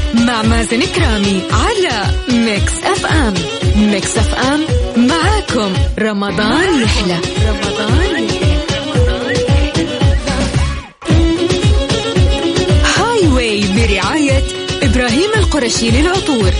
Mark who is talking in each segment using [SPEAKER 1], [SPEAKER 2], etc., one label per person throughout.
[SPEAKER 1] مع مازن كرامي على ميكس اف ام. ميكس اف ام معاكم رمضان يحلى. هاي واي برعاية إبراهيم القرشي للعطور.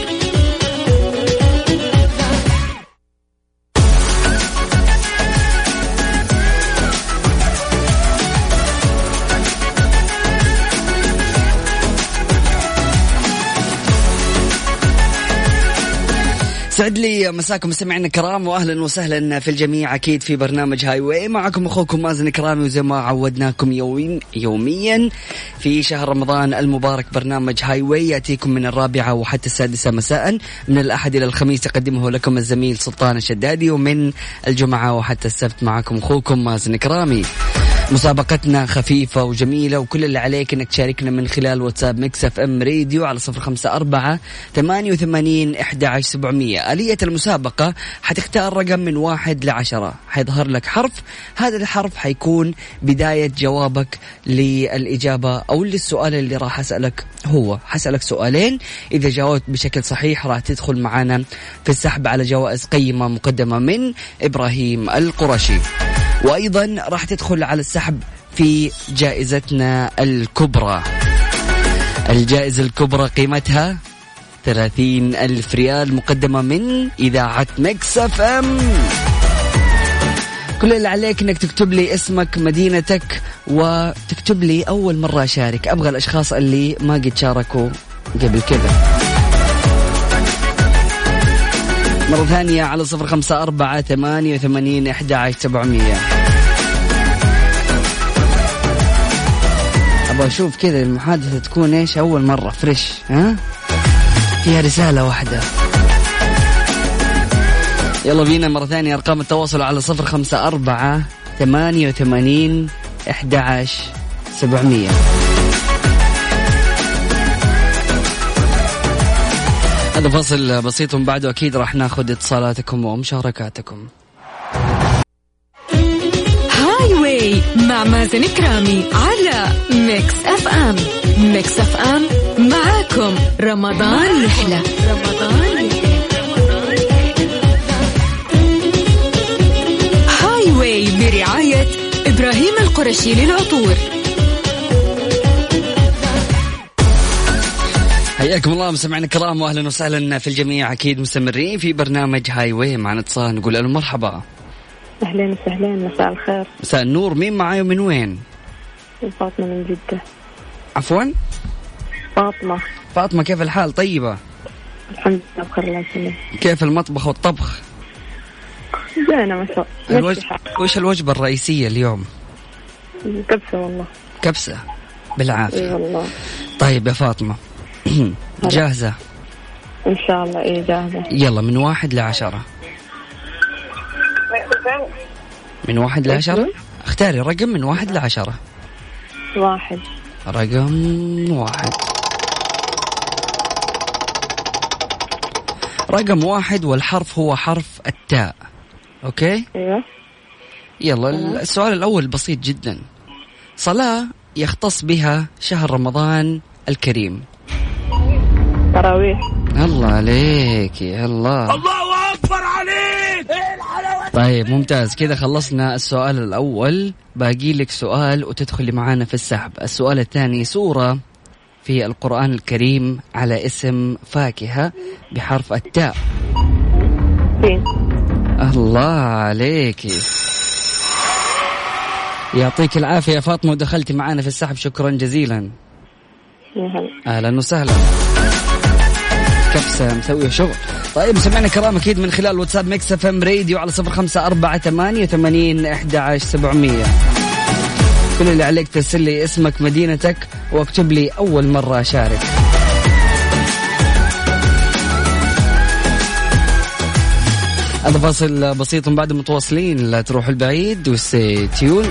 [SPEAKER 2] سعد لي مساكم مستمعينا الكرام واهلا وسهلا في الجميع اكيد في برنامج هاي واي. معكم اخوكم مازن كرامي وزي ما عودناكم يوميا في شهر رمضان المبارك برنامج هاي واي ياتيكم من 4 وحتى 6 مساء، من الاحد الى الخميس يقدمه لكم الزميل سلطان الشدادي، ومن الجمعه وحتى السبت معكم اخوكم مازن كرامي. مسابقتنا خفيفة وجميلة وكل اللي عليك انك تشاركنا من خلال واتساب ميكس اف ام راديو على 0548811700. آلية المسابقة حتختار رقم من 1 ل 10، حيظهر لك حرف، هذا الحرف حيكون بداية جوابك للإجابة أو للسؤال اللي راح أسألك. حسألك سؤالين، إذا جاوبت بشكل صحيح راح تدخل معنا في السحب على جوائز قيمة مقدمة من إبراهيم القرشي، وأيضا راح تدخل على السحب في جائزتنا الكبرى. الجائزة الكبرى قيمتها 30,000 ريال مقدمة من إذاعة ميكس اف ام. كل اللي عليك انك تكتب لي اسمك، مدينتك، وتكتب لي أول مرة أشارك. أبغى الأشخاص اللي ما قد شاركوا قبل كذا. مرة ثانية على 0548811700. أبغى أشوف كذا المحادثة تكون إيش أول مرة فريش، ها فيها رسالة واحدة. يلا بينا مرة ثانية. أرقام التواصل على 0548811700. هذا فصل بسيط وبعده أكيد راح ناخذ اتصالاتكم ومشاركاتكم.
[SPEAKER 1] هاي واي مع مازن كرامي على ميكس اف ام. ميكس اف ام معاكم رمضان يحلى. هاي واي برعاية إبراهيم القرشي للعطور.
[SPEAKER 2] حياكم الله مستمعينا الكرام واهلا وسهلا في الجميع. اكيد مستمرين في برنامج هاي واي. معنا اتصال نقول له مرحبا.
[SPEAKER 3] اهلا وسهلا، مساء الخير.
[SPEAKER 2] مساء النور. مين معاي ومن وين؟
[SPEAKER 3] فاطمه من جده.
[SPEAKER 2] عفوا فاطمه كيف الحال؟ طيبه
[SPEAKER 3] الحمد لله بخير الله يسلمك.
[SPEAKER 2] كيف المطبخ والطبخ؟
[SPEAKER 3] زينه ما شاء الله.
[SPEAKER 2] وش الوجبه الرئيسيه اليوم؟
[SPEAKER 3] كبسه والله.
[SPEAKER 2] كبسه بالعافيه
[SPEAKER 3] والله.
[SPEAKER 2] طيب يا فاطمه جاهزة؟
[SPEAKER 3] إن شاء الله إيه جاهزة.
[SPEAKER 2] يلا من 1 ل 10. من 1 ل 10 اختاري رقم من 1 ل 10.
[SPEAKER 3] 1.
[SPEAKER 2] رقم 1. رقم 1 والحرف هو حرف التاء. أوكي؟
[SPEAKER 3] أيوة.
[SPEAKER 2] يلا السؤال الأول بسيط جدا. صلاة يختص بها شهر رمضان الكريم.
[SPEAKER 3] تراويح.
[SPEAKER 2] الله عليك يا الله.
[SPEAKER 4] الله أكبر عليك.
[SPEAKER 2] طيب ممتاز كذا خلصنا السؤال الأول. باقي لك سؤال وتدخلي معانا في السحب. السؤال الثاني، سورة في القرآن الكريم على اسم فاكهة بحرف التاء.
[SPEAKER 3] فين؟
[SPEAKER 2] الله عليك، يعطيك العافية يا فاطمة ودخلتي معانا في السحب. شكرا جزيلا. أهلا وسهلا. كبسة مسوية شغل. طيب سمعنا كرام أكيد من خلال واتساب ميكس اف ام راديو على 0548811700. كل اللي عليك ترسل لي اسمك، مدينتك، واكتب لي أول مرة أشارك. هذا فاصل بسيط بعد متواصلين، لا تروحوا البعيد وستي تيون.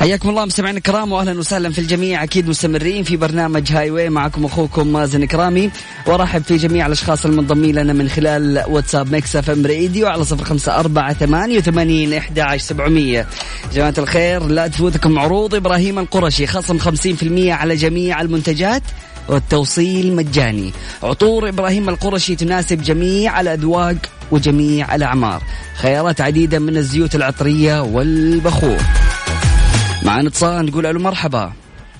[SPEAKER 2] حياكم الله مستمعينا الكرام واهلا وسهلا في الجميع. اكيد مستمرين في برنامج هاي واي، معكم اخوكم مازن كرامي، وارحب في جميع الاشخاص المنضمين لنا من خلال واتساب ميكس اف ام راديو على 0548811700. جماعة الخير، لا تفوتكم عروض ابراهيم القرشي، خصم 50% على جميع المنتجات والتوصيل مجاني. عطور إبراهيم القرشي تناسب جميع الأذواق وجميع الأعمار، خيارات عديدة من الزيوت العطرية والبخور. معنا اتصال، نقول ألو مرحبا.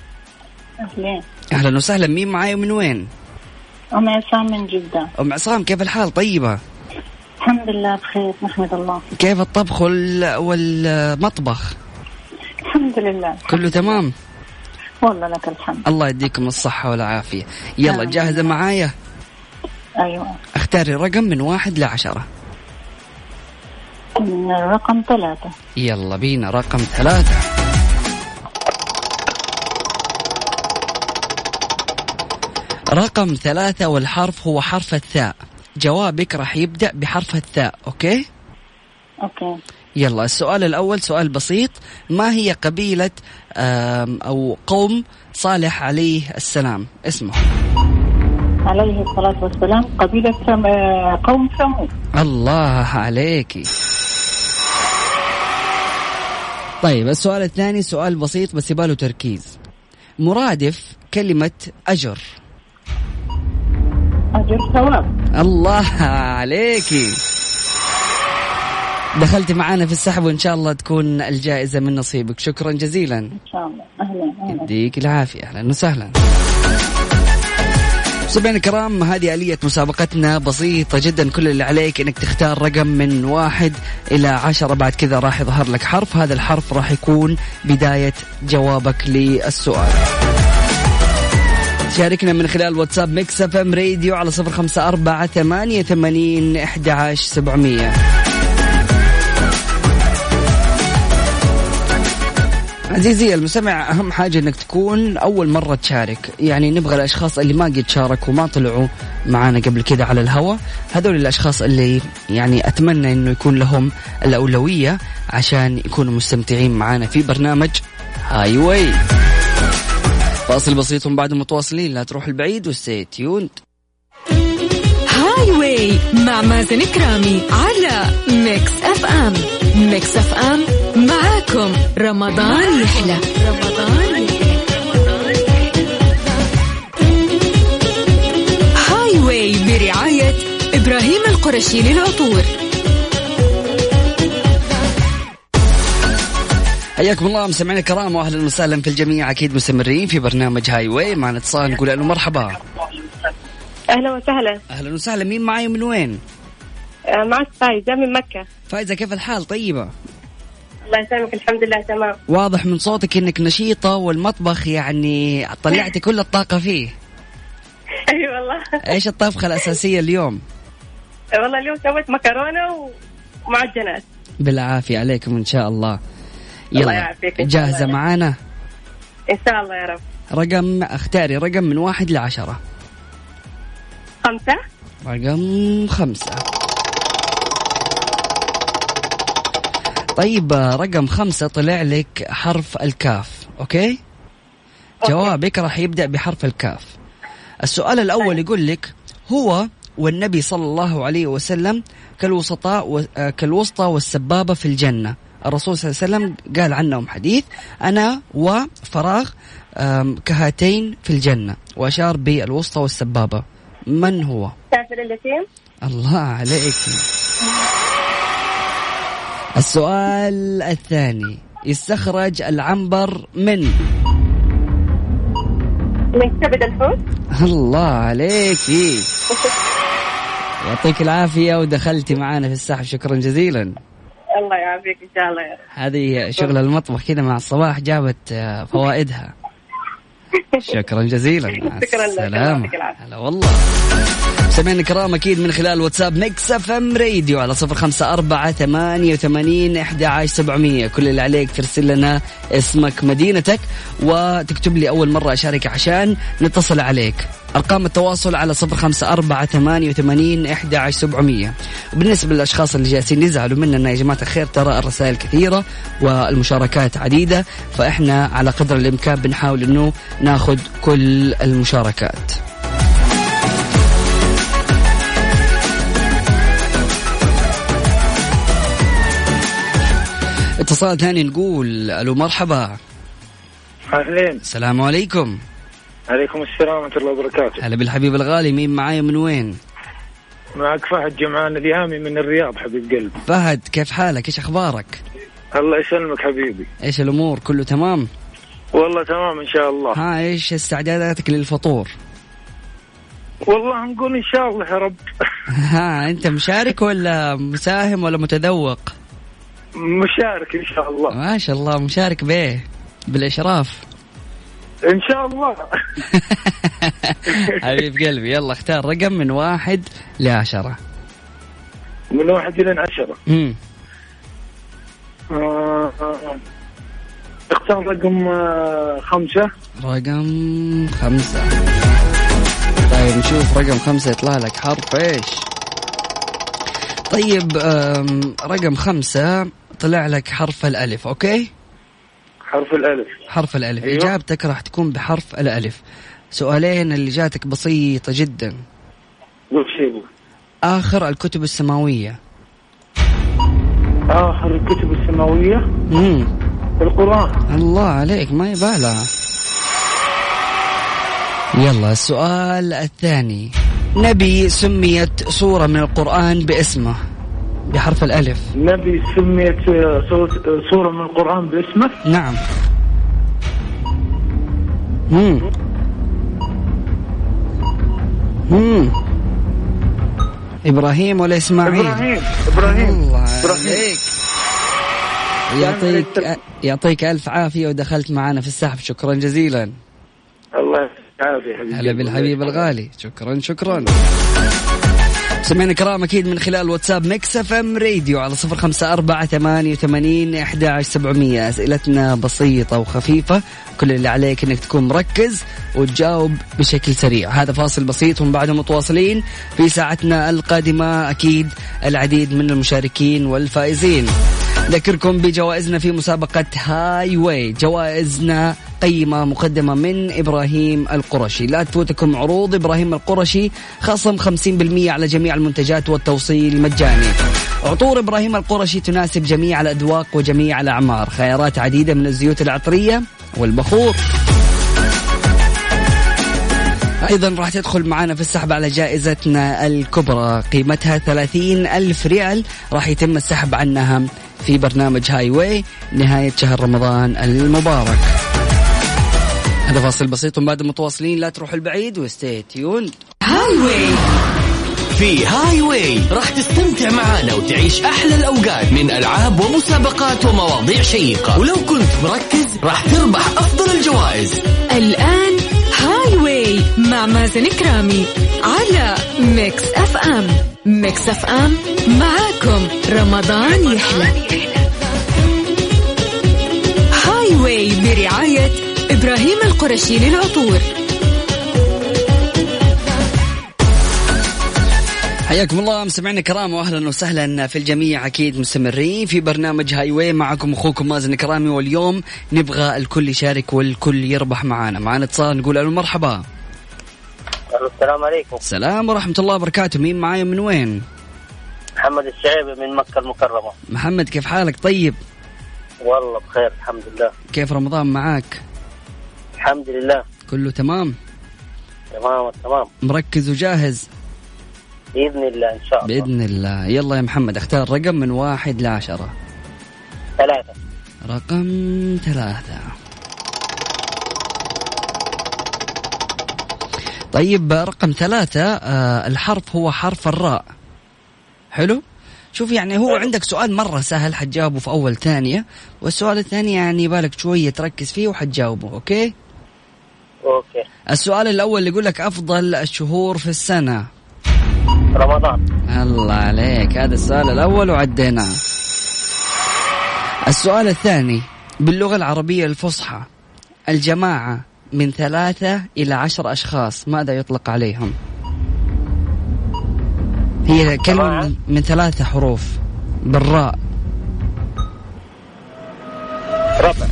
[SPEAKER 2] أهلا وسهلا، مين معاي ومن وين؟
[SPEAKER 3] أم عصام من جدة.
[SPEAKER 2] أم عصام، كيف الحال؟ طيبة
[SPEAKER 3] الحمد لله بخير نحمد الله.
[SPEAKER 2] كيف الطبخ والمطبخ؟
[SPEAKER 3] الحمد لله
[SPEAKER 2] كله تمام
[SPEAKER 3] والله، لك الحمد.
[SPEAKER 2] الله يديكم الصحة والعافية. يلا جاهزة معايا؟
[SPEAKER 3] أيوة.
[SPEAKER 2] اختاري رقم من 1 ل10.
[SPEAKER 3] رقم 3.
[SPEAKER 2] يلا بينا، رقم 3. رقم 3 والحرف هو حرف الثاء. جوابك راح يبدأ بحرف الثاء. أوكي؟ يلا السؤال الأول سؤال بسيط. ما هي قبيلة أو قوم صالح عليه السلام؟ اسمه.
[SPEAKER 3] عليه الصلاة والسلام قبيلة قوم ثمود.
[SPEAKER 2] الله عليكي. طيب السؤال الثاني سؤال بسيط بس يباله تركيز. مرادف كلمة أجر.
[SPEAKER 3] أجر ثواب.
[SPEAKER 2] الله عليكي، دخلت معانا في السحب وإن شاء الله تكون الجائزة من نصيبك. شكرا جزيلا.
[SPEAKER 3] إن شاء الله. أهلا.
[SPEAKER 2] يديك العافية. أهلا وسهلا. سبحان الكرام، هذه آلية مسابقتنا بسيطة جدا. كل اللي عليك إنك تختار رقم من 1 إلى 10. بعد كذا راح يظهر لك حرف، هذا الحرف راح يكون بداية جوابك للسؤال. شاركنا من خلال واتساب ميكس اف ام راديو على 0548811700. عزيزي المستمع، أهم حاجة أنك تكون أول مرة تشارك. يعني نبغى الأشخاص اللي ما قد شاركوا وما طلعوا معانا قبل كده على الهواء، هذول الأشخاص اللي يعني أتمنى أنه يكون لهم الأولوية عشان يكونوا مستمتعين معانا في برنامج هاي واي. فاصل بسيط ومن بعد متواصلين، لا تروح البعيد وستي تيوند.
[SPEAKER 1] هاي واي مع مازن كرامي على ميكس اف ام. ميكس اف ام معاكم رمضان يحلى. هاي واي برعاية إبراهيم القرشي للعطور.
[SPEAKER 2] حياكم الله مستمعينا الكرام واهلا وسهلا في الجميع. اكيد مستمرين في برنامج هاي واي. معنا اتصال، نقول له مرحبا.
[SPEAKER 3] أهلا وسهلا.
[SPEAKER 2] اهلا وسهلا، مين معاي ومن وين؟
[SPEAKER 3] معك فايزة من مكة.
[SPEAKER 2] فايزة، كيف الحال؟ طيبة
[SPEAKER 3] الله يسلمك، الحمد لله تمام.
[SPEAKER 2] واضح من صوتك انك نشيطة والمطبخ يعني طلعتي كل الطاقة فيه.
[SPEAKER 3] اي والله.
[SPEAKER 2] ايش الطبخة الأساسية اليوم؟
[SPEAKER 3] والله اليوم سويت مكرونة ومعجنات.
[SPEAKER 2] بالعافية عليكم ان شاء الله. يلا جاهزة معانا؟
[SPEAKER 3] إن شاء الله يا رب.
[SPEAKER 2] رقم، اختاري رقم من 1 ل10.
[SPEAKER 3] 5.
[SPEAKER 2] رقم 5. طيب رقم 5 طلع لك حرف الكاف. أوكي؟ جوابك راح يبدأ بحرف الكاف. السؤال الأول يقول لك: هو والنبي صلى الله عليه وسلم كالوسطى والسبابة في الجنة. الرسول صلى الله عليه وسلم قال عنهم حديث: أنا وفراغ كهاتين في الجنة، وأشار بالوسطى والسبابة. من هو؟
[SPEAKER 3] كافر اليتيم.
[SPEAKER 2] الله عليك. السؤال الثاني: يستخرج العنبر من
[SPEAKER 3] كبد الحوت.
[SPEAKER 2] الله عليكي. يعطيك العافية ودخلتي معانا في السحب. شكرا جزيلا.
[SPEAKER 3] الله يعافيك إن شاء الله يا رب.
[SPEAKER 2] هذه شغل المطبخ كذا مع الصباح جابت فوائدها. شكرا جزيلا.
[SPEAKER 3] شكرا لك.
[SPEAKER 2] هلا والله. سمعنا الكرام أكيد من خلال واتساب ميكس اف ام راديو على 0548811700. كل اللي عليك ترسل لنا اسمك، مدينتك، وتكتب لي أول مرة أشارك عشان نتصل عليك. أرقام التواصل على 0548811700. وبالنسبة للأشخاص اللي جالسين يزعلوا مننا يا جماعة الخير، ترى الرسائل كثيرة والمشاركات عديدة، فإحنا على قدر الإمكان بنحاول إنه ناخذ كل المشاركات. اتصال ثاني نقول ألو مرحبا.
[SPEAKER 5] أهلين.
[SPEAKER 2] السلام عليكم.
[SPEAKER 5] عليكم السلام ورحمة الله وبركاته.
[SPEAKER 2] هلا بالحبيب الغالي، مين معايا من وين؟
[SPEAKER 5] معك فهد جمعان اليامي من الرياض حبيب قلب.
[SPEAKER 2] فهد كيف حالك؟ ايش اخبارك؟
[SPEAKER 5] الله يسلمك حبيبي.
[SPEAKER 2] ايش الامور؟ كله تمام؟
[SPEAKER 5] والله تمام ان شاء الله.
[SPEAKER 2] ها ايش استعداداتك للفطور؟
[SPEAKER 5] والله نقول ان شاء الله يا رب.
[SPEAKER 2] ها انت مشارك ولا مساهم ولا متذوق؟
[SPEAKER 5] مشارك ان شاء الله.
[SPEAKER 2] ما شاء الله، مشارك بيه بالاشراف
[SPEAKER 5] ان شاء الله.
[SPEAKER 2] حبيب قلبي، يلا اختار رقم من 1 ل10.
[SPEAKER 5] من 1 إلى 10. اختار رقم 5.
[SPEAKER 2] رقم 5. طيب نشوف رقم 5 يطلع لك حرف ايش. طيب رقم 5 طلع لك حرف الألف. اوكي،
[SPEAKER 5] حرف الألف.
[SPEAKER 2] حرف الألف.
[SPEAKER 5] أيوه.
[SPEAKER 2] إجابتك راح تكون بحرف الألف. سؤالين اللي جاتك بسيطة جدا.
[SPEAKER 5] قول شيء.
[SPEAKER 2] آخر الكتب السماوية.
[SPEAKER 5] آخر الكتب السماوية. القرآن.
[SPEAKER 2] الله عليك، ما يبالها. يلا السؤال الثاني. نبي سميت سورة من القرآن باسمه بحرف الألف.
[SPEAKER 5] نبي سميت سورة من القرآن باسمه.
[SPEAKER 2] نعم. إبراهيم ولا إسماعيل؟
[SPEAKER 5] إبراهيم.
[SPEAKER 2] الله عليك، يعطيك ألف عافية ودخلت معنا في السحب. شكرا جزيلا.
[SPEAKER 5] الله يعافيك حبيبي.
[SPEAKER 2] هلا بالحبيب الغالي. شكرا. سمعنا كرام أكيد من خلال واتساب ميكس اف ام راديو على 0548811700. أسئلتنا بسيطة وخفيفة، كل اللي عليك انك تكون مركز وتجاوب بشكل سريع. هذا فاصل بسيط ومن بعده متواصلين في ساعتنا القادمة أكيد العديد من المشاركين والفائزين. ذكركم بجوائزنا في مسابقة هاي واي، جوائزنا قيمة مقدمة من إبراهيم القرشي. لا تفوتكم عروض إبراهيم القرشي، خصم 50% على جميع المنتجات والتوصيل مجاني. عطور إبراهيم القرشي تناسب جميع الأذواق وجميع الأعمار، خيارات عديدة من الزيوت العطرية والبخور. أيضا راح تدخل معنا في السحب على جائزتنا الكبرى قيمتها 30,000 ريال، راح يتم السحب عنها في برنامج هاي واي نهاية شهر رمضان المبارك. هذا فاصل بسيط وبعد متواصلين، لا تروحوا البعيد وستي تيوند.
[SPEAKER 1] هاي واي.
[SPEAKER 6] في هاي واي راح تستمتع معانا وتعيش أحلى الأوقات من ألعاب ومسابقات ومواضيع شيقة، ولو كنت مركز راح تربح أفضل الجوائز.
[SPEAKER 1] الآن هاي واي مع مازن كرامي على ميكس اف ام. ميكس اف ام معاكم رمضان يحلى. هاي واي برعاية إبراهيم القرشي للعطور.
[SPEAKER 2] حياكم الله مستمعينا الكرام واهلا وسهلا في الجميع. اكيد مستمرين في برنامج هاي واي، معكم اخوكم مازن كرامي، واليوم نبغى الكل يشارك والكل يربح معنا اتصال. نقول الو مرحبا.
[SPEAKER 7] السلام عليكم.
[SPEAKER 2] السلام ورحمة الله وبركاته. مين معايا من وين؟
[SPEAKER 7] محمد الشعيبي من مكة المكرمة.
[SPEAKER 2] محمد كيف حالك؟ طيب
[SPEAKER 7] والله بخير الحمد لله.
[SPEAKER 2] كيف رمضان معاك؟
[SPEAKER 7] الحمد لله
[SPEAKER 2] كله تمام.
[SPEAKER 7] تمام.
[SPEAKER 2] مركز وجاهز
[SPEAKER 7] بإذن الله إن شاء الله.
[SPEAKER 2] بإذن الله. يلا يا محمد اختار رقم من 1 ل10.
[SPEAKER 7] 3.
[SPEAKER 2] رقم 3. طيب رقم 3 الحرف هو حرف الراء. حلو. شوف يعني هو عندك سؤال مرة سهل حتجاوبه في أول ثانية، والسؤال الثاني يعني بالك شوية تركز فيه وحتجاوبه. أوكي. السؤال الأول اللي يقول لك أفضل الشهور في السنة.
[SPEAKER 7] رمضان.
[SPEAKER 2] الله عليك، هذا السؤال الأول وعديناه. السؤال الثاني باللغة العربية الفصحى الجماعة من 3 إلى 10 أشخاص ماذا يطلق عليهم؟ هي كلمة من 3 حروف بالراء.
[SPEAKER 7] ربع.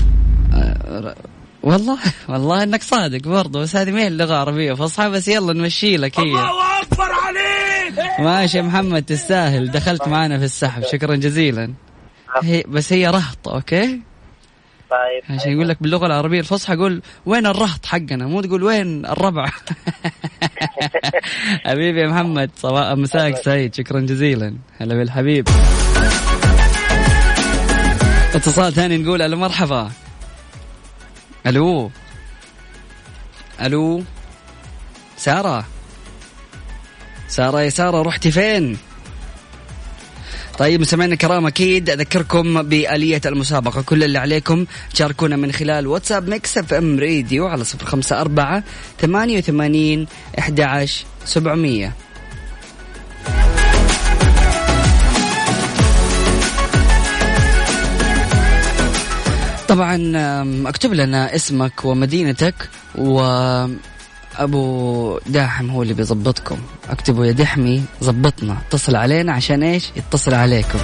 [SPEAKER 2] والله انك صادق برضو، بس هذه ما هي اللغة عربية فصحى، بس يلا نمشي لك هي.
[SPEAKER 4] الله أكبر عليك.
[SPEAKER 2] ماشي يا محمد، تستاهل، دخلت معنا في السحب، شكرا جزيلا. هي رهط. اوكي
[SPEAKER 7] طيب
[SPEAKER 2] عشان يقول لك باللغة العربية الفصحى قول وين الرهط حقنا، مو تقول وين الربع. حبيبي يا محمد، مساك سعيد، شكرا جزيلا. هلا بالحبيب. اتصال ثاني، نقول الو مرحبا. الو سارة يا سارة، رحتي فين؟ طيب مستمعينا الكرام، أكيد أذكركم بآلية المسابقة. كل اللي عليكم تشاركونا من خلال واتساب ميكس اف ام راديو على 0548811700. طبعا اكتب لنا اسمك ومدينتك، وأبو داحم هو اللي بيضبطكم. اكتبوا يا دحمي ضبطنا، اتصل علينا عشان ايش؟ يتصل عليكم.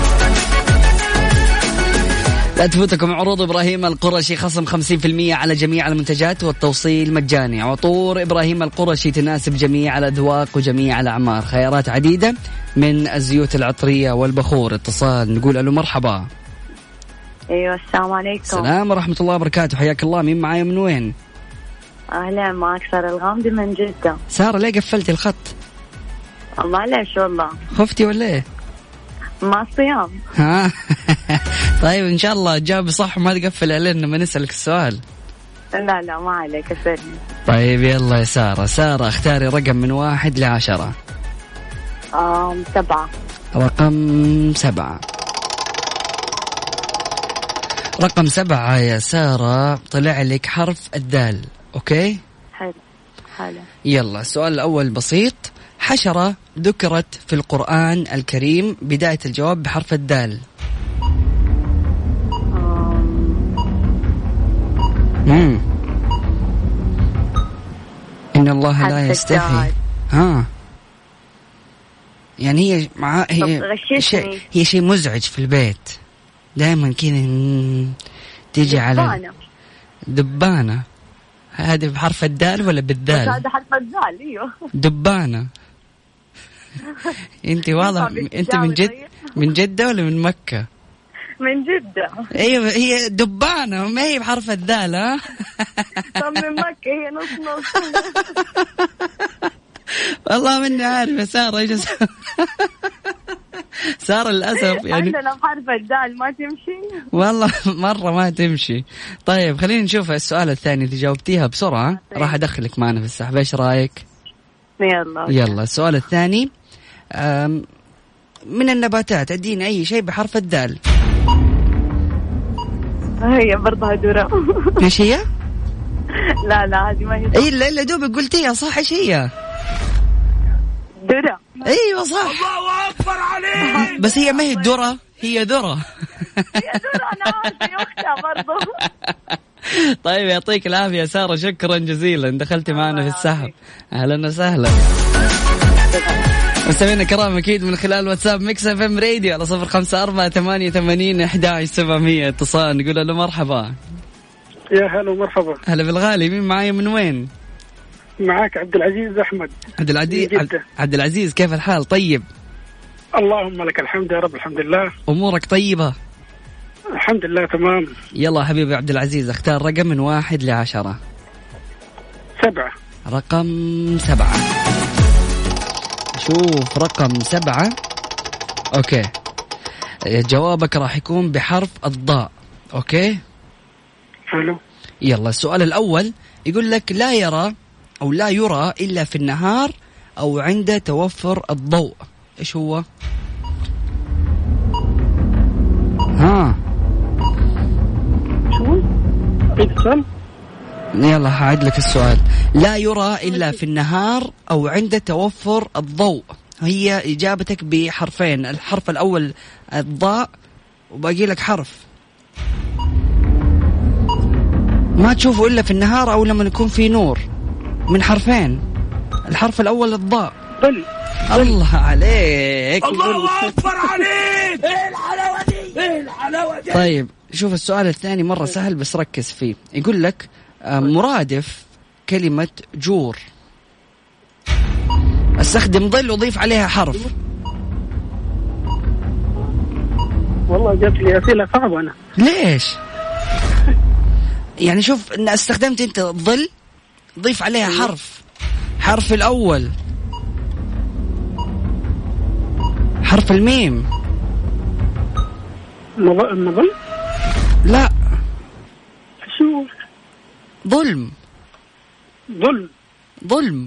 [SPEAKER 2] لا تفوتكم عروض إبراهيم القرشي، خصم 50% على جميع المنتجات والتوصيل مجاني. عطور إبراهيم القرشي تناسب جميع الأذواق وجميع الأعمار، خيارات عديدة من الزيوت العطرية والبخور. اتصال، نقول ألو مرحبا.
[SPEAKER 8] ايوه السلام عليكم.
[SPEAKER 2] السلام ورحمة الله وبركاته، حياك الله. مين معايا من وين؟
[SPEAKER 8] اهلا، معك سارة الغامدي من جدة.
[SPEAKER 2] سارة، ليه قفلتي الخط؟
[SPEAKER 8] معلش والله.
[SPEAKER 2] خفتي ولا ايه؟
[SPEAKER 8] ما صيام.
[SPEAKER 2] ها. طيب ان شاء الله جاوب صح وما تقفل علينا ما نسألك السؤال.
[SPEAKER 8] لا ما عليك، اسألني.
[SPEAKER 2] طيب يلا يا سارة اختاري رقم من 1 ل 10.
[SPEAKER 8] 7.
[SPEAKER 2] رقم 7. رقم 7 يا سارة طلع لك حرف الدال. اوكي
[SPEAKER 8] حلو.
[SPEAKER 2] يلا السؤال الأول بسيط. حشرة ذكرت في القرآن الكريم بداية الجواب بحرف الدال. إن الله لا يستحي. يعني هي شيء مزعج في البيت دائما كذا تيجي على دبانة. هذه بحرف الدال ولا بالدال؟
[SPEAKER 8] هذا حرف الدال. ايوه
[SPEAKER 2] دبانة. انت واضح انت من جدة ولا من مكة؟
[SPEAKER 8] من جدة.
[SPEAKER 2] ايوه هي دبانة ما هي بحرف الدال. ها
[SPEAKER 8] طب من مكة هي نص.
[SPEAKER 2] والله مني عارف يا سارة ايش سارة للأسف يعني
[SPEAKER 8] عندنا بحرف الدال ما تمشي
[SPEAKER 2] والله مرة ما تمشي. طيب خلينا نشوف السؤال الثاني، إذا جاوبتيها بسرعة راح أدخلك معنا في السحب. إيش رأيك؟ يلا السؤال الثاني، من النباتات ادينا أي شيء بحرف الدال.
[SPEAKER 8] هي برضها ذرة.
[SPEAKER 2] إيش هي؟
[SPEAKER 8] لا هذه ما هي.
[SPEAKER 2] إلا دوبك قلتيها صح. إيش هي؟
[SPEAKER 8] ذرة.
[SPEAKER 2] ايوه صح.
[SPEAKER 4] الله اكبر عليك.
[SPEAKER 2] بس هي ما هي ذرة، هي ذرة.
[SPEAKER 8] هي ذرة. انا عارفة اختها برضه.
[SPEAKER 2] طيب يعطيك العافية سارة، شكرا جزيلا، دخلتي معنا في السحب. اهلا وسهلا. مستمعينا الكرام اكيد من خلال واتساب ميكس اف ام راديو على 0548811700. اتصال، نقول له مرحبا.
[SPEAKER 5] يا هلا ومرحبا.
[SPEAKER 2] هلا بالغالي، مين معايا من وين؟
[SPEAKER 5] معاك عبد العزيز أحمد.
[SPEAKER 2] عبد العزيز كيف الحال؟ طيب
[SPEAKER 5] اللهم لك الحمد يا رب. الحمد لله.
[SPEAKER 2] أمورك طيبة؟
[SPEAKER 5] الحمد لله تمام.
[SPEAKER 2] يلا حبيبي عبد العزيز اختار رقم من 1 ل 10.
[SPEAKER 5] 7.
[SPEAKER 2] رقم 7. شوف رقم 7. أوكي جوابك راح يكون بحرف الضاء. أوكي
[SPEAKER 5] حلو.
[SPEAKER 2] يلا السؤال الأول يقول لك لا يرى أو لا يرى إلا في النهار أو عند توفر الضوء. إيش هو؟ يلا هعيد لك السؤال. لا يرى إلا في النهار أو عند توفر الضوء. هي إجابتك بحرفين، الحرف الأول الضاء وباقي لك حرف. ما تشوفه إلا في النهار أو لما يكون في نور، من حرفين. الحرف الأول الضاء.
[SPEAKER 5] ظل.
[SPEAKER 2] الله عليك.
[SPEAKER 4] الله أكبر عليك. ايه الحلاوة دي، ايه الحلاوة دي.
[SPEAKER 2] طيب شوف السؤال الثاني مرة سهل بس ركز فيه. يقول لك مرادف كلمة جور، استخدم ظل وضيف عليها حرف.
[SPEAKER 5] والله جات لي أسئلة صعبة أنا.
[SPEAKER 2] ليش؟ يعني شوف إن استخدمت أنت ظل ضيف عليها حرف. حرف الأول حرف الميم.
[SPEAKER 5] النظل؟
[SPEAKER 2] لا،
[SPEAKER 5] شو؟
[SPEAKER 2] ظلم.
[SPEAKER 5] ظلم.
[SPEAKER 2] ظلم.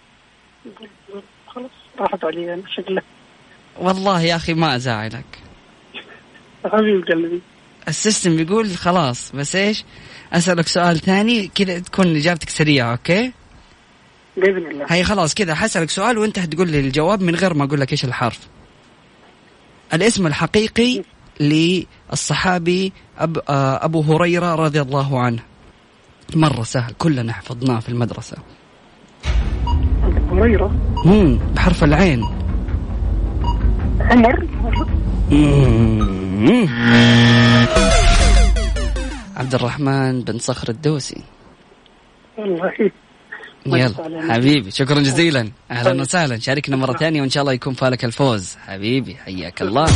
[SPEAKER 5] خلاص راحت علي أنا شكله.
[SPEAKER 2] والله يا أخي ما أزعلك.
[SPEAKER 5] حبيب قلبي.
[SPEAKER 2] السيستم بيقول خلاص، بس إيش أسألك سؤال ثاني كذا تكون إجابتك سريعة. أوكي
[SPEAKER 5] بإذن الله.
[SPEAKER 2] هي خلاص كذا حسألك سؤال وأنت هتقول لي الجواب من غير ما أقول لك إيش الحرف. الاسم الحقيقي للصحابي أبو هريرة رضي الله عنه. مرة سهل، كلنا حفظناه في المدرسة.
[SPEAKER 5] أبو هريرة.
[SPEAKER 2] بحرف العين.
[SPEAKER 5] عمر.
[SPEAKER 2] عبد الرحمن بن صخر الدوسي.
[SPEAKER 5] والله.
[SPEAKER 2] يلا حبيبي، شكرا جزيلا، أهلا وسهلا. شاركنا مرة ثانية وإن شاء الله يكون فالك الفوز. حبيبي حياك الله.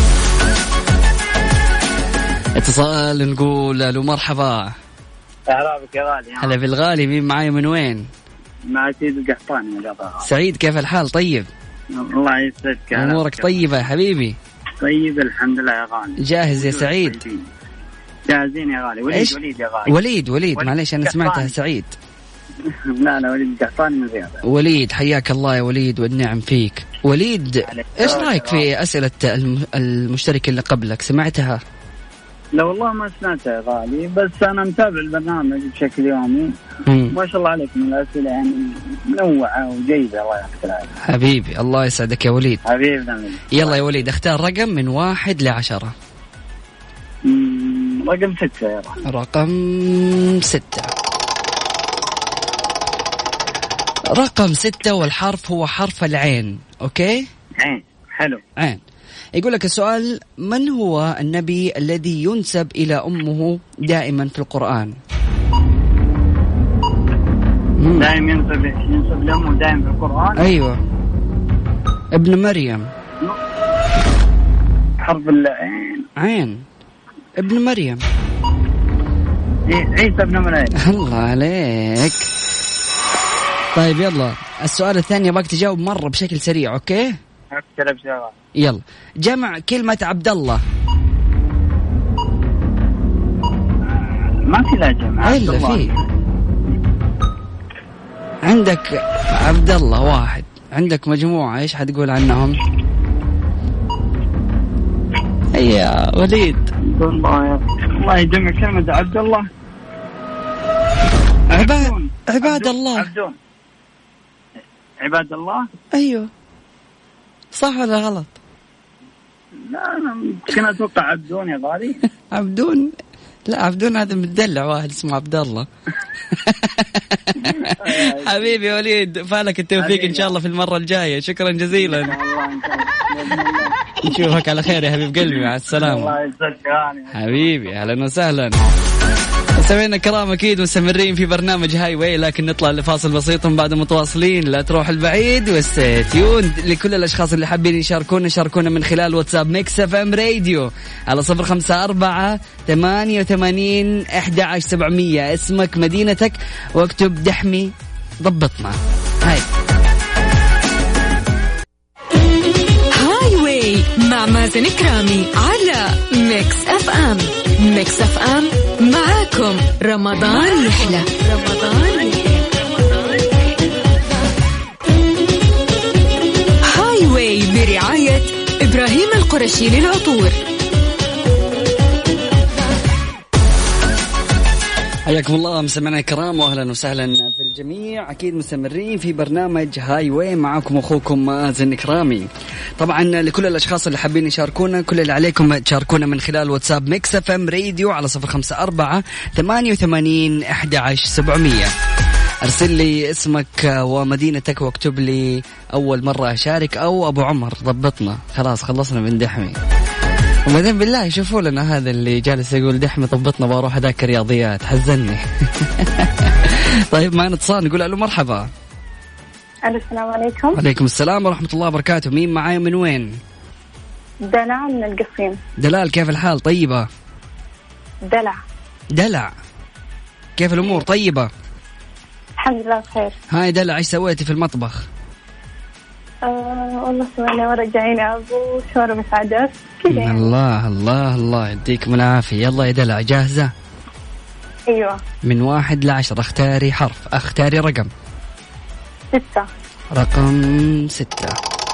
[SPEAKER 2] اتصال نقول له مرحبا.
[SPEAKER 7] أهلا بك يا غالي.
[SPEAKER 2] هلا بالغالي، مين معاي من وين؟
[SPEAKER 7] مع سعيد القحطاني من القطار.
[SPEAKER 2] سعيد كيف الحال؟ طيب
[SPEAKER 7] الله يسعدك.
[SPEAKER 2] أمورك طيبة يا حبيبي؟
[SPEAKER 7] طيب الحمد لله يا غالي.
[SPEAKER 2] جاهز يا سعيد؟
[SPEAKER 7] جاهزين يا غالي. وليد يا غالي.
[SPEAKER 2] وليد معليش أنا سمعتها سعيد.
[SPEAKER 7] لا وليد القحطاني من الرياض.
[SPEAKER 2] وليد حياك الله يا وليد والنعم فيك. وليد إيش رأيك في أسئلة المشترك اللي قبلك؟ سمعتها؟
[SPEAKER 7] لا والله ما سمعتها يا غالي، بس أنا متابع البرنامج بشكل يومي. ما شاء الله عليك من الأسئلة يعني منوعة وجيدة. الله يعطيك العافية
[SPEAKER 2] حبيبي. الله يسعدك يا وليد.
[SPEAKER 7] حبيبنا.
[SPEAKER 2] يلا يا وليد اختار رقم من 1 ل10.
[SPEAKER 7] رقم 6 يا غالي.
[SPEAKER 2] رقم 6. رقم 6 والحرف هو حرف العين. أوكي
[SPEAKER 7] عين. حلو.
[SPEAKER 2] عين. يقول لك السؤال: من هو النبي الذي ينسب إلى أمه دائما في القرآن؟
[SPEAKER 7] دائما ينسب لأمه دائما في القرآن.
[SPEAKER 2] أيوة، ابن مريم.
[SPEAKER 7] حرف العين.
[SPEAKER 2] عين. ابن مريم.
[SPEAKER 7] عيسى ابن مريم.
[SPEAKER 2] الله عليك. طيب يلا السؤال الثاني أبغاك تجاوب مرة بشكل سريع. أوكي يلا. جمع كلمة عبد الله.
[SPEAKER 7] ما في لا جمع.
[SPEAKER 2] إلا في. عندك عبد الله واحد، عندك مجموعة، إيش حتقول عنهم؟ يا وليد.
[SPEAKER 7] الله يجمع كلمة عبد الله.
[SPEAKER 2] عباد الله.
[SPEAKER 7] عباد الله.
[SPEAKER 2] أيوه صح ولا غلط؟
[SPEAKER 7] لا أنا كنا أتوقع عبدون يا غالي.
[SPEAKER 2] عبدون؟ لا عبدون هذا متدلع واحد اسمه عبد الله. حبيبي وليد فالك التوفيق إن شاء الله في المرة الجاية. شكرا جزيلا. نشوفك على خير يا حبيب قلبي. مع السلامة.
[SPEAKER 7] الله يسعدك
[SPEAKER 2] حبيبي. أهلا وسهلا. سمعنا كرام أكيد مستمرين في برنامج هاي واي، لكن نطلع لفاصل بسيط بعد متواصلين. لا تروح البعيد وستيون. لكل الأشخاص اللي حابين يشاركونا من خلال واتساب ميكس اف ام راديو على 0548811700. اسمك مدينتك واكتب دحمي ضبطنا. هاي
[SPEAKER 1] واي مع مازن كرامي على ميكس اف ام. ميكس اف ام معاكم رمضان يحلى. هاي واي برعاية إبراهيم القرشي للعطور.
[SPEAKER 2] حياكم الله مستمعينا الكرام واهلا وسهلا في الجميع. أكيد مستمرين في برنامج هاي واي، معكم أخوكم مازن كرامي. طبعا لكل الأشخاص اللي حابين يشاركونا، كل اللي عليكم تشاركونا من خلال واتساب ميكس اف ام راديو على 0548811700. أرسل لي اسمك ومدينتك واكتب لي أول مرة أشارك أو أبو عمر. ضبطنا خلاص، خلصنا من دحمي. وبعدين بالله يشوفوا لنا هذا اللي جالس يقول دحمي ضبطنا بروح أذاكر رياضيات، حزني. طيب معنا اتصال، نقول ألو مرحبا.
[SPEAKER 3] السلام عليكم.
[SPEAKER 2] وعليكم السلام ورحمة الله وبركاته. مين معايا من وين؟
[SPEAKER 3] دلال من القصيم.
[SPEAKER 2] دلال كيف الحال؟ طيبة؟ دلع كيف الأمور؟ طيبة
[SPEAKER 3] الحمد لله بخير.
[SPEAKER 2] هاي دلع، ايش سويتي في المطبخ؟
[SPEAKER 3] والله سوينا ورق عنب وشوربة عدس كذا.
[SPEAKER 2] الله الله الله يديكم العافية. يلا يا دلع جاهزة؟
[SPEAKER 3] ايوه.
[SPEAKER 2] من 1 ل10 اختاري حرف، اختاري رقم.
[SPEAKER 3] 6.
[SPEAKER 2] رقم 6.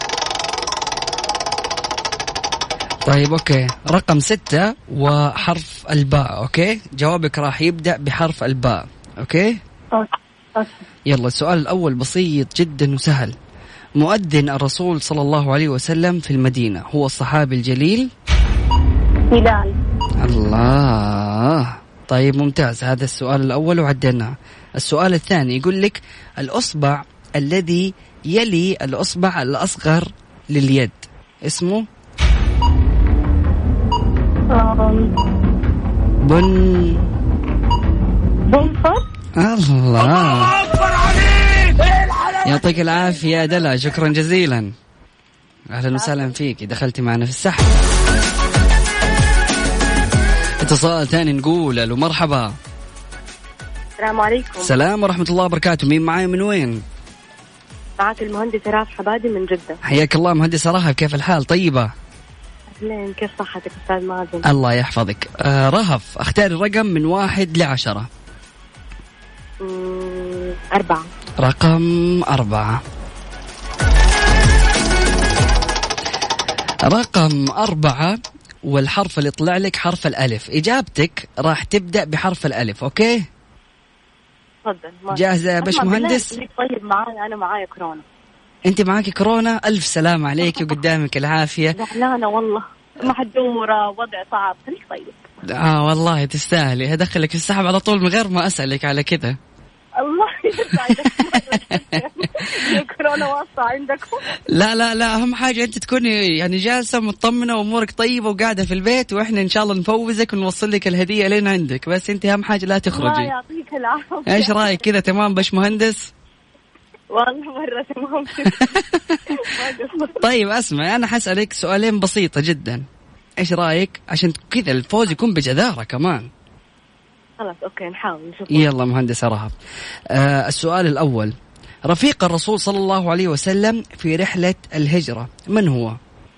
[SPEAKER 2] طيب اوكي، رقم 6 وحرف الباء. اوكي، جوابك راح يبدأ بحرف الباء. اوكي. يلا السؤال الأول بسيط جدا وسهل. مؤذن الرسول صلى الله عليه وسلم في المدينة هو الصحابي الجليل
[SPEAKER 3] بلال.
[SPEAKER 2] الله. طيب ممتاز، هذا السؤال الأول وعديناه. السؤال الثاني يقول لك الأصبع الذي يلي الأصبع الأصغر لليد اسمه؟
[SPEAKER 3] بنفر.
[SPEAKER 2] الله يعطيك العافية دلع، شكرا جزيلا. أهلا وسهلا فيك، دخلتي معنا في السحب. اتصال ثاني، نقول ألو مرحبا.
[SPEAKER 3] السلام عليكم.
[SPEAKER 2] السلام ورحمة الله وبركاته. مين معاي من وين؟
[SPEAKER 3] معك المهندس راف حبادي من جدة.
[SPEAKER 2] حياك الله مهندس رهف، كيف الحال؟ طيبة؟
[SPEAKER 3] أهلين، كيف صحتك أستاذ مازن؟
[SPEAKER 2] الله يحفظك. رهف اختاري رقم من 1 ل10.
[SPEAKER 3] 4.
[SPEAKER 2] رقم 4. رقم 4 والحرف اللي طلع لك حرف الألف. إجابتك راح تبدأ بحرف الألف. أوكي
[SPEAKER 3] تفضل.
[SPEAKER 2] جاهزة يا باش مهندس؟
[SPEAKER 3] طيب معايا، أنا معايا كورونا.
[SPEAKER 2] أنت معاكي كورونا؟ ألف سلام عليك وقدامك العافية.
[SPEAKER 3] زعلانة والله، محجورة، وضع صعب. خليك طيب.
[SPEAKER 2] والله تستاهلي، هدخلك في السحب على طول من غير ما أسألك على كده.
[SPEAKER 3] الله يسعدك. كورونا واصلة عندكم؟
[SPEAKER 2] لا لا لا، أهم حاجة أنت تكوني يعني جالسة مطمنة وأمورك طيبة وقاعدة في البيت، وإحنا إن شاء الله نفوزك ونوصل لك الهدية لين عندك. بس أنت أهم حاجة لا تخرجي.
[SPEAKER 3] الله يعطيك العافية.
[SPEAKER 2] إيش رأيك كذا؟ تمام باش مهندس؟
[SPEAKER 3] والله مرة تمام.
[SPEAKER 2] طيب أسمع، أنا حسألك سؤالين بسيطة جدا، إيش رأيك عشان كذا الفوز يكون بجدارة كمان؟
[SPEAKER 3] خلاص أوكي نحاول نشوف.
[SPEAKER 2] يلا مهندس رهف. السؤال الأول، رفيق الرسول صلى الله عليه وسلم في رحلة الهجرة من هو؟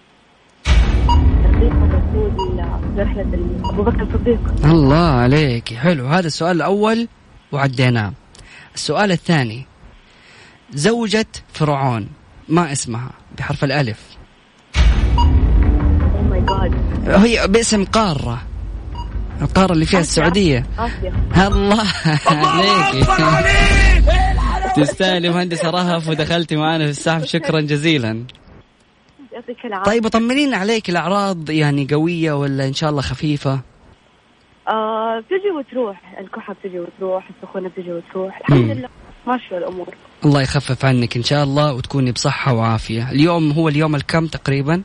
[SPEAKER 3] رفيق الرسول في رحلة أبو بكر الصديق.
[SPEAKER 2] الله عليك، حلو. هذا السؤال الأول وعديناه. السؤال الثاني، زوجة فرعون ما اسمها بحرف الألف؟
[SPEAKER 3] Oh my God.
[SPEAKER 2] هي باسم قارة، القارة اللي فيها السعودية. الله عليك، تستاهلي مهندس رهف ودخلتي معنا في السحب. شكرا جزيلا. طيب طمنين عليك، الأعراض يعني قوية ولا إن شاء الله خفيفة؟
[SPEAKER 3] بتجي وتروح، الكحة بتجي وتروح، السخونة بتجي وتروح، الحمد لله ماشية الأمور. الله
[SPEAKER 2] يخفف عنك إن شاء الله وتكوني بصحة وعافية. اليوم هو اليوم الكم تقريبا؟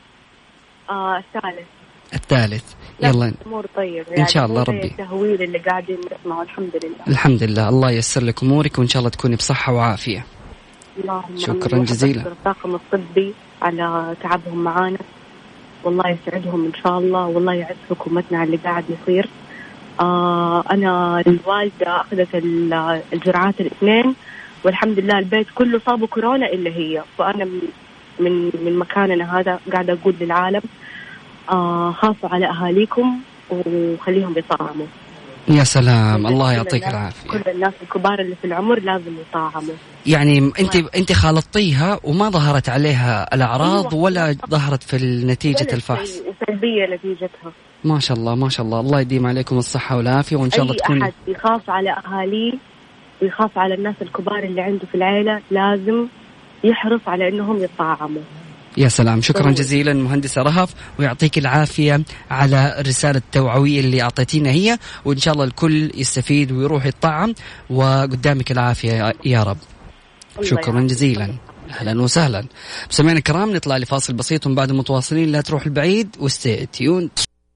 [SPEAKER 2] الثالث. يلا
[SPEAKER 3] الأمور طيب يعني
[SPEAKER 2] إن شاء الله ربي.
[SPEAKER 3] التهويل اللي قاعدين نسمعه الحمد لله.
[SPEAKER 2] الحمد لله، الله ييسر لك أمورك وإن شاء الله تكوني بصحة وعافية.
[SPEAKER 3] اللهم
[SPEAKER 2] شكرا جزيلا.
[SPEAKER 3] الطاقم الطبي على تعبهم معانا، والله يسعدهم إن شاء الله، والله يعز حكومتنا على اللي قاعد يصير. أنا الوالدة أخذت الجرعات 2 والحمد لله البيت كله صابوا كورونا إلا هي. فأنا من مكاننا هذا قاعدة أقول للعالم خافوا على أهاليكم وخليهم يطعموا.
[SPEAKER 2] يا سلام، الله يعطيك العافية.
[SPEAKER 3] كل الناس الكبار اللي في العمر لازم يطعموا.
[SPEAKER 2] يعني أنت خالطتيها وما ظهرت عليها الأعراض ولا ظهرت في نتيجة الفحص؟
[SPEAKER 3] سلبية نتيجتها.
[SPEAKER 2] ما شاء الله ما شاء الله، الله يديم عليكم الصحة والعافية وإن شاء الله تكون.
[SPEAKER 3] أي أحد يخاف على أهاليه ويخاف على الناس الكبار اللي عنده في العيلة، لازم يحرص على أنهم يتطعموا.
[SPEAKER 2] يا سلام، شكرا جزيلا مهندسة رهف، ويعطيك العافية على الرسالة التوعوية اللي أعطيتينا هي، وإن شاء الله الكل يستفيد ويروح يتطعم، وقدامك العافية يا رب. شكرا جزيلا، أهلا وسهلا. مستمعينا الكرام، نطلع لفاصل بسيط ومن بعد متواصلين، لا تروح البعيد وستي تيون.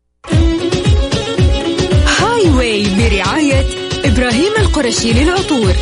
[SPEAKER 1] هاي واي برعاية إبراهيم القرشي للعطور.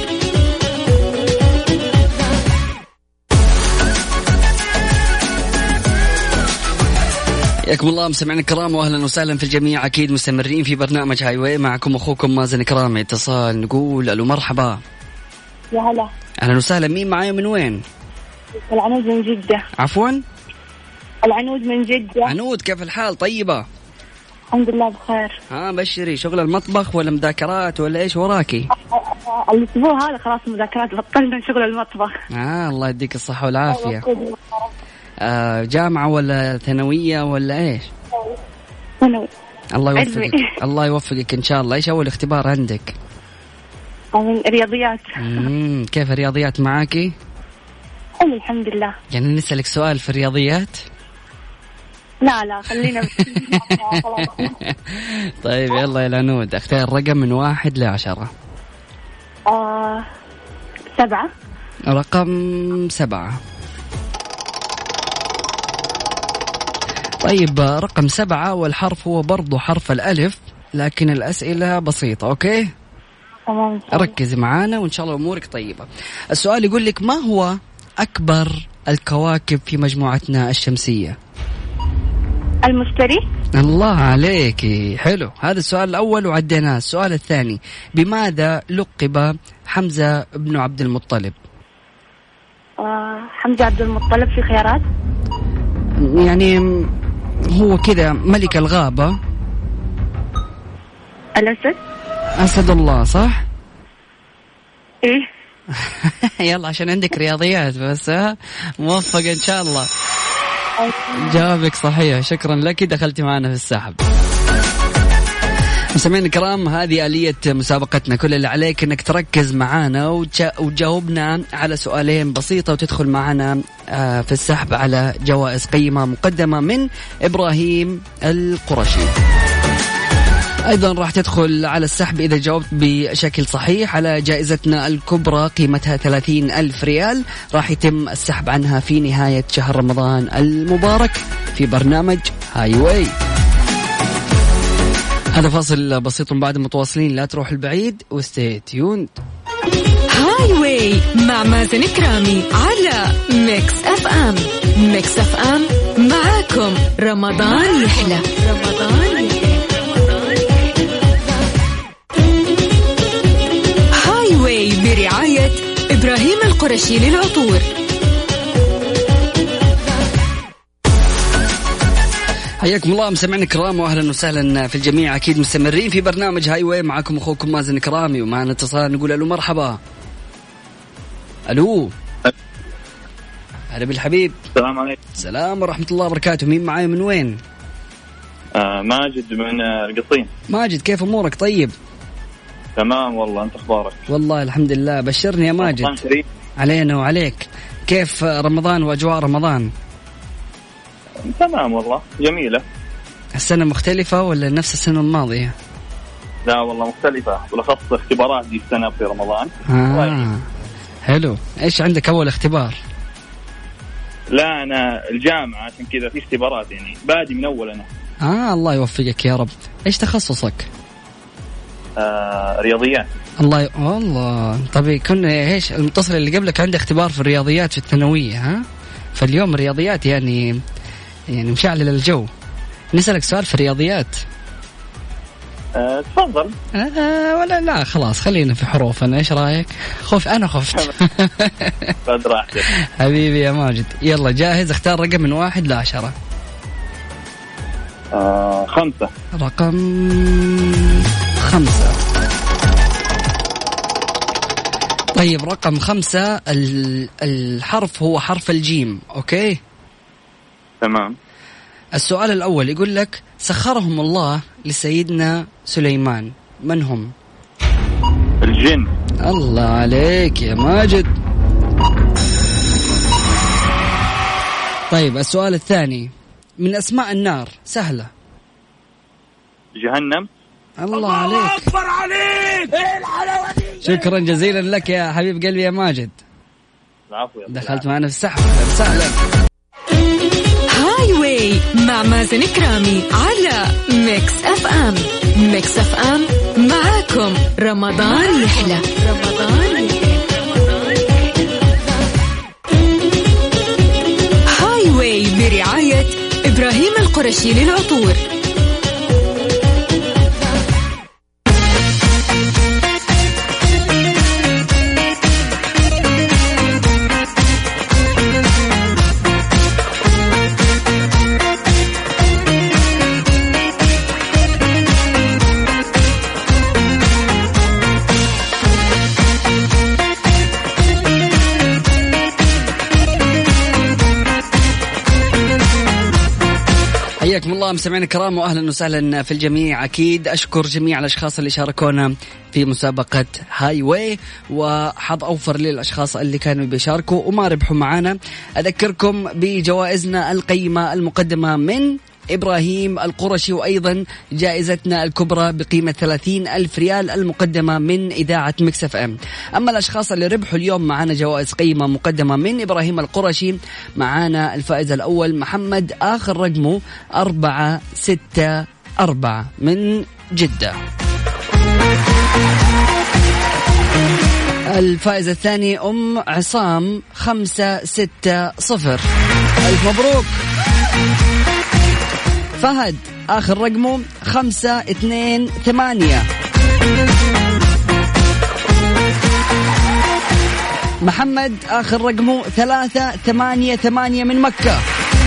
[SPEAKER 2] حياكم الله مستمعينا الكرام، واهلا وسهلا في الجميع. اكيد مستمرين في برنامج هاي واي، معكم اخوكم مازن كرامي. اتصال نقول الو مرحبا.
[SPEAKER 3] يا هلا.
[SPEAKER 2] اهلا وسهلا، مين معايا من وين؟
[SPEAKER 3] العنود من جدة.
[SPEAKER 2] عفوا؟
[SPEAKER 3] العنود من جدة.
[SPEAKER 2] عنود، كيف الحال؟ طيبة؟
[SPEAKER 3] الحمد لله بخير.
[SPEAKER 2] بشري، شغل المطبخ ولا مذاكرات ولا ايش وراكي؟
[SPEAKER 3] الاسبوع هذا خلاص مذاكرات، بطلنا شغل المطبخ.
[SPEAKER 2] الله يديك الصحة والعافية. جامعة ولا ثانوية ولا ايش؟
[SPEAKER 3] ثانوي.
[SPEAKER 2] الله يوفقك. الله يوفقك ان شاء الله. ايش اول اختبار عندك؟
[SPEAKER 3] رياضيات.
[SPEAKER 2] كيف الرياضيات معاكي؟
[SPEAKER 3] حلو الحمد لله.
[SPEAKER 2] يعني نسألك سؤال في الرياضيات؟
[SPEAKER 3] لا خلينا.
[SPEAKER 2] طيب يلا يا العنود، اختار رقم من 1 ل10.
[SPEAKER 3] 7.
[SPEAKER 2] رقم 7. طيب رقم 7 والحرف هو برضو حرف الألف، لكن الأسئلة بسيطة. أوكي
[SPEAKER 3] تمام،
[SPEAKER 2] ركز معانا وإن شاء الله أمورك طيبة. السؤال يقول لك: ما هو أكبر الكواكب في مجموعتنا الشمسية؟
[SPEAKER 3] المشتري.
[SPEAKER 2] الله عليك، حلو. هذا السؤال الأول وعديناه. السؤال الثاني: بماذا لقب حمزة بن عبد المطلب؟
[SPEAKER 3] حمزة عبد المطلب، في خيارات؟
[SPEAKER 2] يعني هو كذا ملك الغابة.
[SPEAKER 3] الأسد.
[SPEAKER 2] أسد الله، صح؟
[SPEAKER 3] إيه.
[SPEAKER 2] يلا عشان عندك رياضيات بس. موفق إن شاء الله. جوابك صحيح، شكرا لك، دخلتي معنا في السحب. مستمعينا الكرام، هذه آلية مسابقتنا. كل اللي عليك انك تركز معانا وتجاوبنا على سؤالين بسيطة، وتدخل معنا في السحب على جوائز قيمة مقدمة من إبراهيم القرشي. أيضا راح تدخل على السحب إذا جاوبت بشكل صحيح على جائزتنا الكبرى قيمتها 30,000 ريال، راح يتم السحب عنها في نهاية شهر رمضان المبارك في برنامج هاي واي. هذا فاصل بسيط بعد متواصلين، لا تروح البعيد وستي تيوند.
[SPEAKER 1] هاي واي مع مازن كرامي على ميكس اف ام. ميكس اف ام معاكم رمضان يحلى. رمضان يحلى. هاي واي برعاية إبراهيم القرشي للعطور.
[SPEAKER 2] حياكم الله مستمعينا الكرام، واهلا وسهلا في الجميع. اكيد مستمرين في برنامج هاي واي، معكم اخوكم مازن كرامي، ومعنا اتصال نقول الو مرحبا. الو، هلا بالحبيب.
[SPEAKER 5] السلام عليكم.
[SPEAKER 2] السلام ورحمة الله وبركاته. مين معاي من وين؟
[SPEAKER 5] ماجد من القصيم.
[SPEAKER 2] ماجد، كيف امورك؟ طيب
[SPEAKER 5] تمام والله، انت اخبارك؟
[SPEAKER 2] والله الحمد لله. بشرني يا ماجد. علينا وعليك. كيف رمضان واجواء رمضان؟
[SPEAKER 5] تمام والله، جميلة.
[SPEAKER 2] السنة مختلفة ولا نفس السنة الماضية؟
[SPEAKER 5] لا والله مختلفة، بالأخص اختبارات دي السنة في رمضان.
[SPEAKER 2] حلو. ايش عندك اول اختبار؟
[SPEAKER 5] لا أنا الجامعة، عشان كذا في اختبارات، يعني بادي من أول أنا.
[SPEAKER 2] الله يوفقك يا رب. ايش تخصصك؟
[SPEAKER 5] رياضيات.
[SPEAKER 2] والله طب كنا ايش المتصل اللي قبلك عنده اختبار في الرياضيات في الثانوية، فاليوم الرياضيات يعني مشعل الجو. نسألك سؤال في الرياضيات.
[SPEAKER 5] تفضل.
[SPEAKER 2] ولا لا خلاص خلينا في حروف. أنا إيش رأيك؟ أنا خفت.
[SPEAKER 5] خذ راحتك
[SPEAKER 2] حبيبي يا ماجد. يلا جاهز؟ اختار رقم من 1 ل10.
[SPEAKER 5] 5.
[SPEAKER 2] رقم 5. طيب رقم 5 الحرف هو حرف الجيم. أوكي
[SPEAKER 5] تمام.
[SPEAKER 2] السؤال الأول يقول لك: سخرهم الله لسيدنا سليمان، من هم؟
[SPEAKER 5] الجن.
[SPEAKER 2] الله عليك يا ماجد. طيب السؤال الثاني، من أسماء النار سهلة.
[SPEAKER 5] جهنم.
[SPEAKER 2] الله عليك.
[SPEAKER 4] أكبر عليك. إيه الحلاوة دي؟
[SPEAKER 2] شكرا جزيلا لك يا حبيب قلبي يا ماجد.
[SPEAKER 5] العفو.
[SPEAKER 2] دخلت معنا في السحب. سهلا.
[SPEAKER 1] هاي واي مع مازن كرامي على ميكس اف ام. ميكس اف ام معاكم رمضان يحلى. هاي واي برعاية إبراهيم القرشي للعطور.
[SPEAKER 2] حياكم الله مستمعينا الكرام واهلا وسهلا في الجميع. اكيد اشكر جميع الاشخاص اللي شاركونا في مسابقه هاي واي، وحظ اوفر للاشخاص اللي كانوا بيشاركوا وما ربحوا معنا. اذكركم بجوائزنا القيمه المقدمه من إبراهيم القرشي، وأيضا جائزتنا الكبرى بقيمة 30,000 ريال المقدمة من إذاعة ميكس اف ام. أما الأشخاص اللي ربحوا اليوم معنا جوائز قيمة مقدمة من إبراهيم القرشي، معنا الفائز الأول محمد آخر رقمه 464 من جدة. الفائز الثاني أم عصام 560. ألف مبروك. فهد آخر رقمه 528. محمد آخر رقمه 388 من مكة.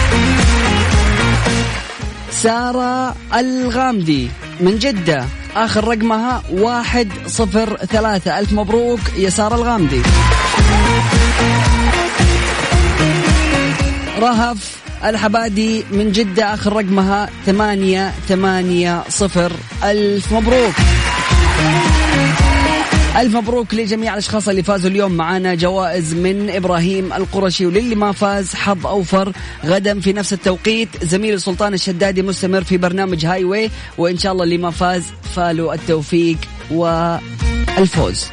[SPEAKER 2] سارة الغامدي من جدة آخر رقمها 103. ألف مبروك يا سارة الغامدي. رهف الحبادي من جدة آخر رقمها 880. ألف مبروك. ألف مبروك لجميع الأشخاص اللي فازوا اليوم معنا جوائز من إبراهيم القرشي. وللي ما فاز حظ أوفر غدا في نفس التوقيت. زميل سلطان الشدادي مستمر في برنامج هاي واي، وإن شاء الله اللي ما فاز فالوا التوفيق والفوز.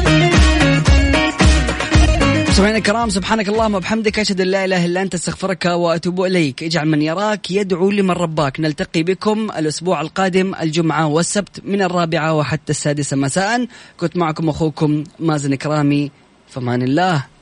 [SPEAKER 2] سمعنا الكرام، سبحانك اللهم وبحمدك، أشهد أن لا إله إلا أنت، استغفرك وأتوب إليك. اجعل من يراك يدعو لمن رباك. نلتقي بكم الأسبوع القادم الجمعة والسبت من 4 وحتى 6 مساء. كنت معكم أخوكم مازن كرامي، فمان الله.